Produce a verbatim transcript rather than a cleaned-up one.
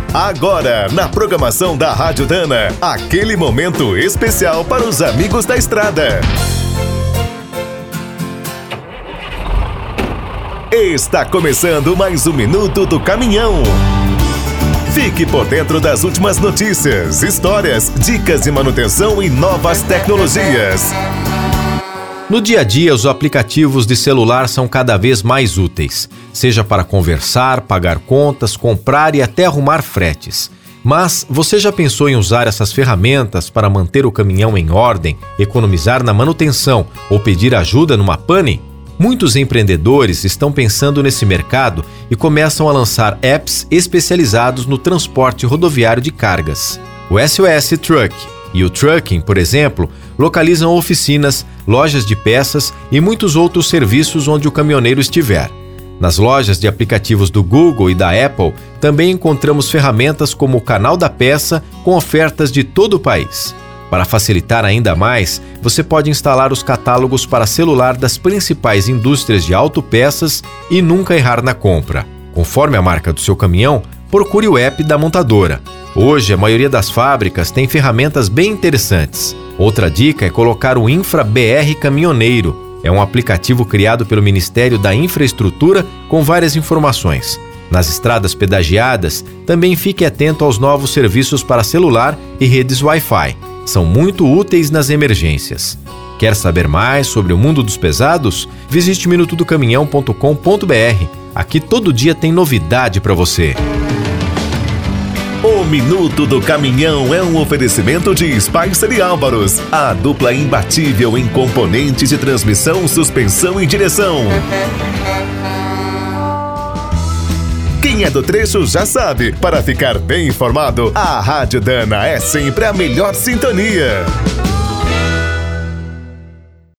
Agora, na programação da Rádio Dana, aquele momento especial para os amigos da estrada. Está começando mais um Minuto do Caminhão. Fique por dentro das últimas notícias, histórias, dicas de manutenção e novas tecnologias. No dia a dia, os aplicativos de celular são cada vez mais úteis, seja para conversar, pagar contas, comprar e até arrumar fretes. Mas você já pensou em usar essas ferramentas para manter o caminhão em ordem, economizar na manutenção ou pedir ajuda numa pane? Muitos empreendedores estão pensando nesse mercado e começam a lançar apps especializados no transporte rodoviário de cargas. O S O S Truck e o Trucking, por exemplo, localizam oficinas, lojas de peças e muitos outros serviços onde o caminhoneiro estiver. Nas lojas de aplicativos do Google e da Apple, também encontramos ferramentas como o Canal da Peça com ofertas de todo o país. Para facilitar ainda mais, você pode instalar os catálogos para celular das principais indústrias de autopeças e nunca errar na compra. Conforme a marca do seu caminhão, procure o app da montadora. Hoje, a maioria das fábricas tem ferramentas bem interessantes. Outra dica é colocar o Infra B R Caminhoneiro. É um aplicativo criado pelo Ministério da Infraestrutura com várias informações. Nas estradas pedagiadas, também fique atento aos novos serviços para celular e redes Wi-Fi. São muito úteis nas emergências. Quer saber mais sobre o mundo dos pesados? Visite minuto do caminhão ponto com ponto b r. Aqui todo dia tem novidade para você. O Minuto do Caminhão é um oferecimento de Spicer e Álvaros, a dupla imbatível em componentes de transmissão, suspensão e direção. Quem é do trecho já sabe, para ficar bem informado, a Rádio Dana é sempre a melhor sintonia.